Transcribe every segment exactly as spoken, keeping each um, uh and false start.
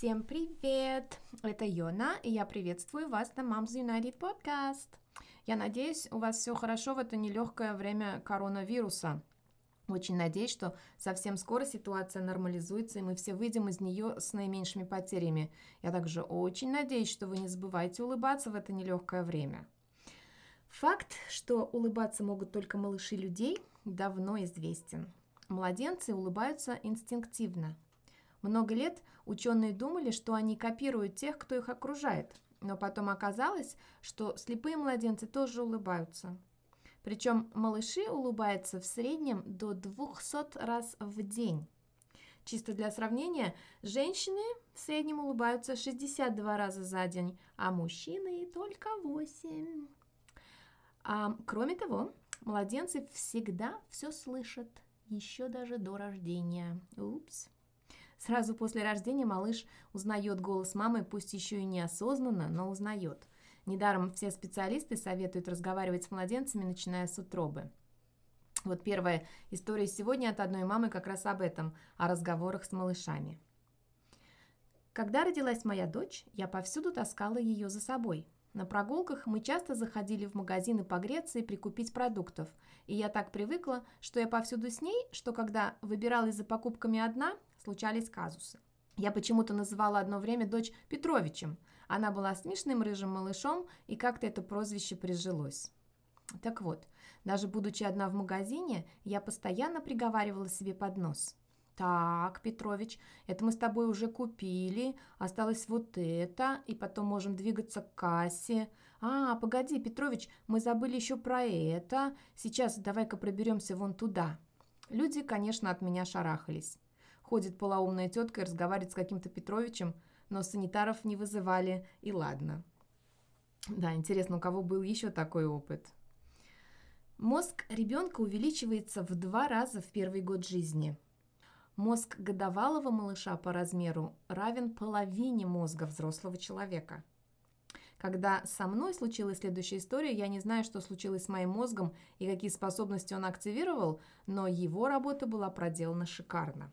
Всем привет! Это Йона, и я приветствую вас на Moms United Podcast. Я надеюсь, у вас все хорошо в это нелегкое время коронавируса. Очень надеюсь, что совсем скоро ситуация нормализуется, и мы все выйдем из нее с наименьшими потерями. Я также очень надеюсь, что вы не забывайте улыбаться в это нелегкое время. Факт, что улыбаться могут только малыши людей, давно известен. Младенцы улыбаются инстинктивно. Много лет ученые думали, что они копируют тех, кто их окружает, но потом оказалось, что слепые младенцы тоже улыбаются. Причем малыши улыбаются в среднем до двухсот раз в день. Чисто для сравнения, женщины в среднем улыбаются шестьдесят два раза за день, а мужчины только восемь. А, кроме того, младенцы всегда все слышат, еще даже до рождения. Упс. Сразу после рождения малыш узнает голос мамы, пусть еще и неосознанно, но узнает. Недаром все специалисты советуют разговаривать с младенцами, начиная с утробы. Вот первая история сегодня от одной мамы как раз об этом, о разговорах с малышами. Когда родилась моя дочь, я повсюду таскала ее за собой. На прогулках мы часто заходили в магазины погреться и прикупить продуктов, и я так привыкла, что я повсюду с ней, что когда выбиралась за покупками одна, случались казусы. Я почему-то называла одно время дочь Петровичем. Она была смешным рыжим малышом, и как-то это прозвище прижилось. Так вот, даже будучи одна в магазине, я постоянно приговаривала себе под нос. «Так, Петрович, это мы с тобой уже купили, осталось вот это, и потом можем двигаться к кассе. А, погоди, Петрович, мы забыли еще про это, сейчас давай-ка проберемся вон туда». Люди, конечно, от меня шарахались. Ходит полоумная тетка и разговаривает с каким-то Петровичем, но санитаров не вызывали, и ладно. Да, интересно, у кого был еще такой опыт? Мозг ребенка увеличивается в два раза в первый год жизни. Мозг годовалого малыша по размеру равен половине мозга взрослого человека. Когда со мной случилась следующая история, я не знаю, что случилось с моим мозгом и какие способности он активировал, но его работа была проделана шикарно.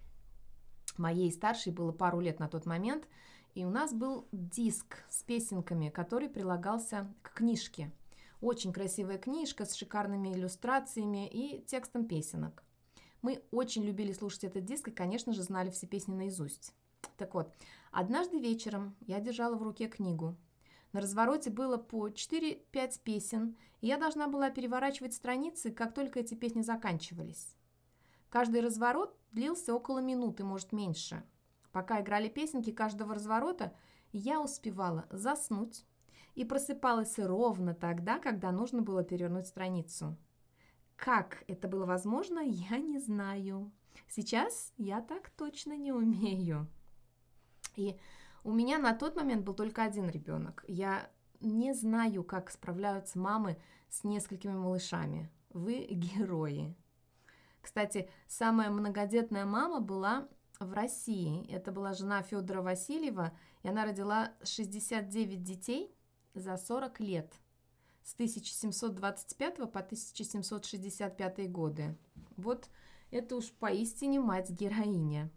Моей старшей было пару лет на тот момент, и у нас был диск с песенками, который прилагался к книжке. Очень красивая книжка с шикарными иллюстрациями и текстом песенок. Мы очень любили слушать этот диск и, конечно же, знали все песни наизусть. Так вот, однажды вечером я держала в руке книгу. На развороте было по четыре-пять песен, и я должна была переворачивать страницы, как только эти песни заканчивались. Каждый разворот длился около минуты, может, меньше. Пока играли песенки каждого разворота, я успевала заснуть и просыпалась ровно тогда, когда нужно было перевернуть страницу. Как это было возможно, я не знаю. Сейчас я так точно не умею. И у меня на тот момент был только один ребенок. Я не знаю, как справляются мамы с несколькими малышами. Вы герои. Кстати, самая многодетная мама была в России. Это была жена Федора Васильева, и она родила шестьдесят девять детей за сорок лет. С тысяча семьсот двадцать пятого по тысяча семьсот шестьдесят пятый годы. Вот это уж поистине мать-героиня.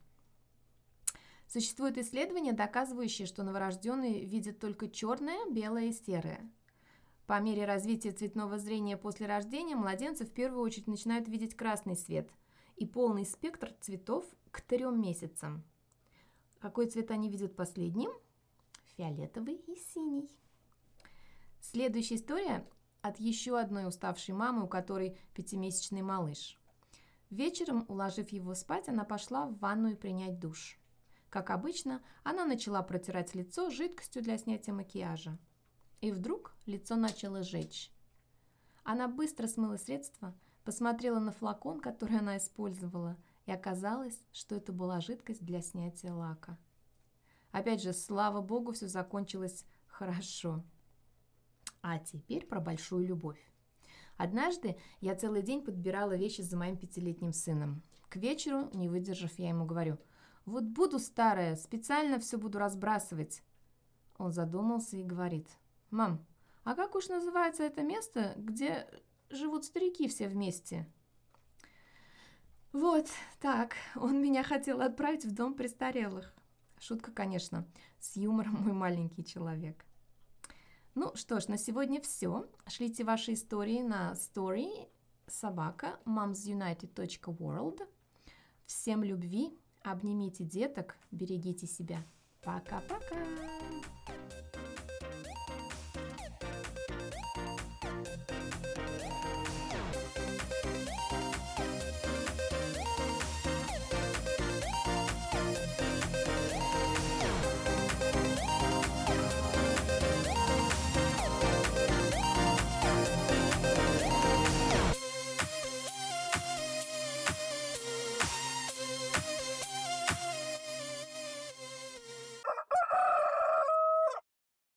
Существуют исследования, доказывающие, что новорожденные видят только черное, белое и серое. По мере развития цветного зрения после рождения младенцы в первую очередь начинают видеть красный свет и полный спектр цветов к трем месяцам. Какой цвет они видят последним? Фиолетовый и синий. Следующая история от еще одной уставшей мамы, у которой пятимесячный малыш. Вечером, уложив его спать, она пошла в ванную принять душ. Как обычно, она начала протирать лицо жидкостью для снятия макияжа. И вдруг лицо начало жечь. Она быстро смыла средство, посмотрела на флакон, который она использовала, и оказалось, что это была жидкость для снятия лака. Опять же, слава богу, все закончилось хорошо. А теперь про большую любовь. Однажды я целый день подбирала вещи за моим пятилетним сыном. К вечеру, не выдержав, я ему говорю: «Вот буду старая, специально все буду разбрасывать». Он задумался и говорит: «Мам, а как уж называется это место, где живут старики все вместе?» Вот так он меня хотел отправить в дом престарелых. Шутка, конечно, с юмором, мой маленький человек. Ну что ж, на сегодня все. Шлите ваши истории на story собака momsunited точка world. Всем любви, обнимите деток, берегите себя. Пока-пока!